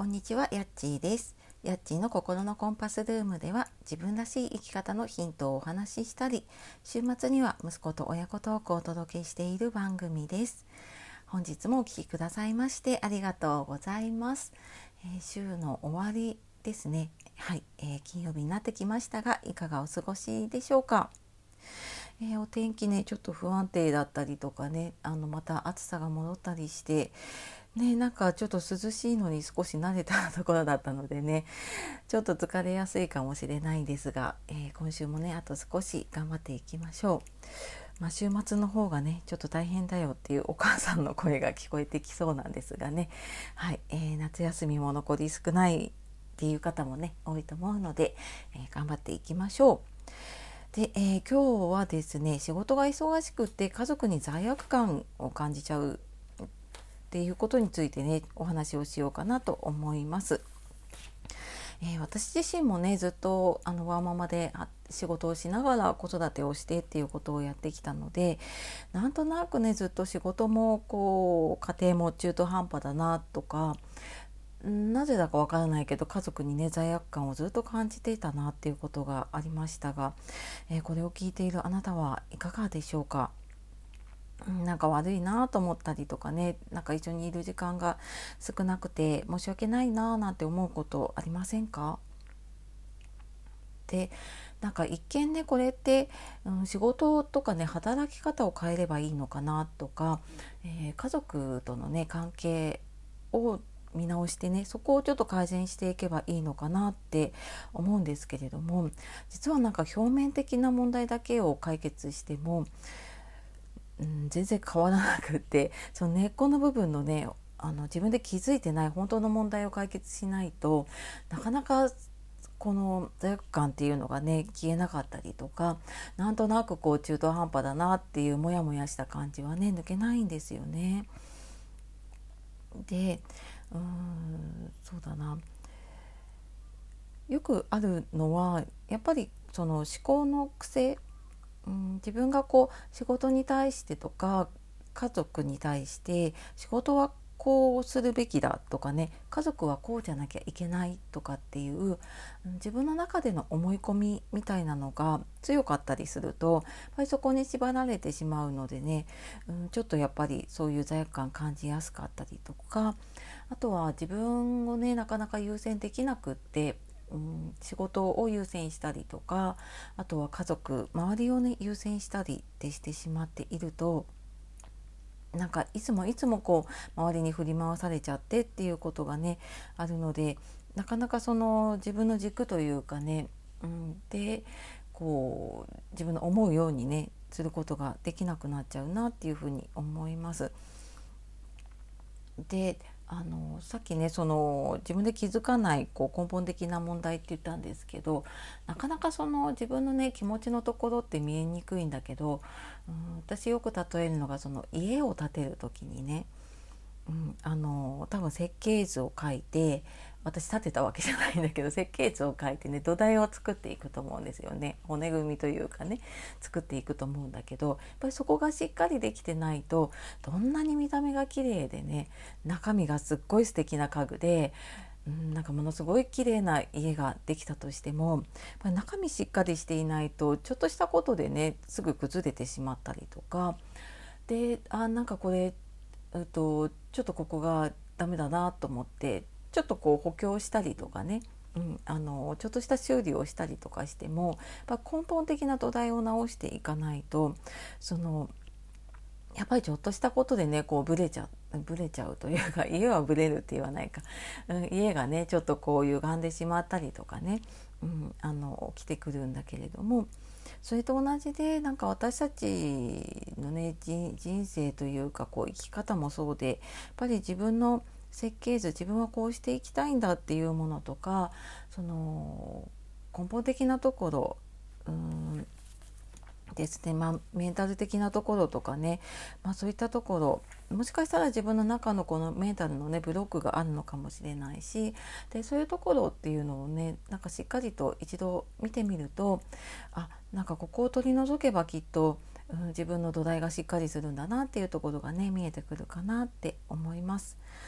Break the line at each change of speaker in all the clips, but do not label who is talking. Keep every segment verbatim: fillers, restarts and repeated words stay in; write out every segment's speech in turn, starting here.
こんにちは、やっちーです。やっちーの心のコンパスルームでは、自分らしい生き方のヒントをお話ししたり、週末には息子と親子トークをお届けしている番組です。本日もお聞きくださいましてありがとうございます。えー、週の終わりですね。はい、えー、金曜日になってきましたが、いかがお過ごしでしょうか。えー、お天気ねちょっと不安定だったりとかね、あのまた暑さが戻ったりしてね、なんかちょっと涼しいのに少し慣れたところだったのでね、ちょっと疲れやすいかもしれないですが、えー、今週もねあと少し頑張っていきましょう。まあ、週末の方がねちょっと大変だよっていうお母さんの声が聞こえてきそうなんですがね、はい、えー、夏休みも残り少ないっていう方もね多いと思うので、えー、頑張っていきましょう。で、えー、今日はですね、仕事が忙しくて家族に罪悪感を感じちゃうっていうことについてねお話をしようかなと思います。えー、私自身もねずっとあのワーママで仕事をしながら子育てをしてっていうことをやってきたので、なんとなくねずっと仕事もこう家庭も中途半端だなとか、なぜだかわからないけど家族にね罪悪感をずっと感じていたなっていうことがありましたが、えー、これを聞いているあなたはいかがでしょうか。なんか悪いなと思ったりとかね、なんか一緒にいる時間が少なくて申し訳ないななんて思うことありませんか？で、なんか一見ねこれって、うん、仕事とかね働き方を変えればいいのかなとか、えー、家族とのね関係を見直してねそこをちょっと改善していけばいいのかなって思うんですけれども、実はなんか表面的な問題だけを解決してもうん、全然変わらなくって、その根っこの部分のねあの自分で気づいてない本当の問題を解決しないとなかなかこの罪悪感っていうのがね消えなかったりとか、なんとなくこう中途半端だなっていうモヤモヤした感じはね抜けないんですよね。で、うーんそうだな、よくあるのはやっぱりその思考の癖、うん、自分がこう仕事に対してとか家族に対して仕事はこうするべきだとかね、家族はこうじゃなきゃいけないとかっていう、うん、自分の中での思い込みみたいなのが強かったりすると、やっぱりそこに縛られてしまうのでね、うん、ちょっとやっぱりそういう罪悪感感じやすかったりとか、あとは自分をねなかなか優先できなくって、うん、仕事を優先したりとか、あとは家族周りをね優先したりってしてしまっていると、なんかいつもいつもこう周りに振り回されちゃってっていうことがねあるので、なかなかその自分の軸というかね、うん、でこう自分の思うようにねすることができなくなっちゃうなっていうふうに思います。で、あのさっきねその自分で気づかないこう根本的な問題って言ったんですけど、なかなかその自分のね気持ちのところって見えにくいんだけど、うん、私よく例えるのがその家を建てる時にね、うん、あの多分設計図を書いて、私建てたわけじゃないんだけど設計図を書いてね土台を作っていくと思うんですよね。骨組みというかね作っていくと思うんだけど、やっぱりそこがしっかりできてないと、どんなに見た目が綺麗でね中身がすっごい素敵な家具で、うん、なんかものすごい綺麗な家ができたとしても、やっぱり中身しっかりしていないとちょっとしたことでねすぐ崩れてしまったりとかで、あなんかこれえっと、ちょっとここがダメだなと思ってちょっとこう補強したりとかね、うん、あのちょっとした修理をしたりとかしても、やっぱ根本的な土台を直していかないと、そのやっぱりちょっとしたことでねこうブレちゃうブレちゃうというか、家はブレるって言わないか、うん、家がねちょっとこう歪んでしまったりとかね、うん、あの起きてくるんだけれども、それと同じでなんか私たちのね人人生というかこう生き方もそうで、やっぱり自分の設計図、自分はこうしていきたいんだっていうものとか、その根本的なところ、うんですね、まあ、メンタル的なところとかね、まあ、そういったところもしかしたら自分の中のこのメンタルのねブロックがあるのかもしれないし、でそういうところっていうのをねなんかしっかりと一度見てみると、あなんかここを取り除けばきっと、うん、自分の土台がしっかりするんだなっていうところがね見えてくるかなって思います。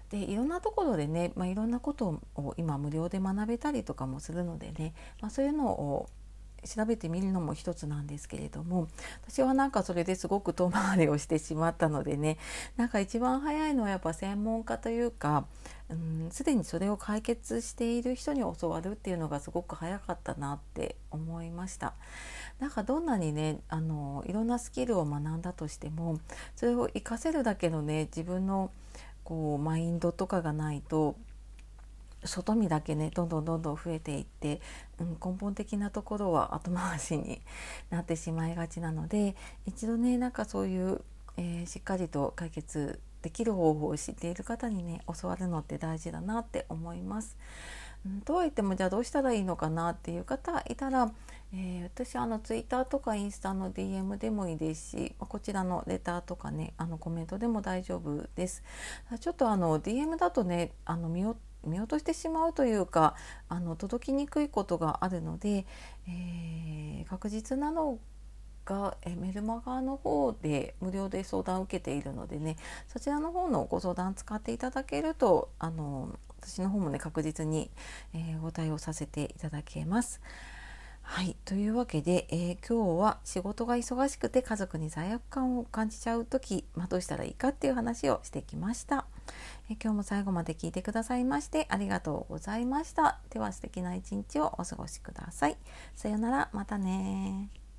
でいろんなところでね、まあ、いろんなことを今無料で学べたりとかもするのでね、まあ、そういうのを調べてみるのも一つなんですけれども、私はなんかそれですごく遠回りをしてしまったのでね、なんか一番早いのはやっぱ専門家というか、すでにそれを解決している人に教わるっていうのがすごく早かったなって思いました。なんかどんなにねあのいろんなスキルを学んだとしても、それを活かせるだけのね自分のこうマインドとかがないと、外見だけねどんどんどんどん増えていって、うん、根本的なところは後回しになってしまいがちなので、一度ねなんかそういう、えー、しっかりと解決できる方法を知っている方にね教わるのって大事だなって思います。うん、とは言ってもじゃあどうしたらいいのかなっていう方いたら、えー、私あのツイッターとかインスタの ディーエム でもいいですし、こちらのレターとかねあのコメントでも大丈夫です。ちょっとあの ディーエム だとねあの見よ見落としてしまうというか、あの届きにくいことがあるので、えー、確実なのがえメルマガの方で無料で相談を受けているのでね、そちらの方のご相談使っていただけると、あの私の方もね確実に、えー、ご対応させていただけます。はい、というわけで、えー、今日は仕事が忙しくて家族に罪悪感を感じちゃうとき、まあ、どうしたらいいかっていう話をしてきました。えー、今日も最後まで聞いてくださいましてありがとうございました。では素敵な一日をお過ごしください。さようなら、またね。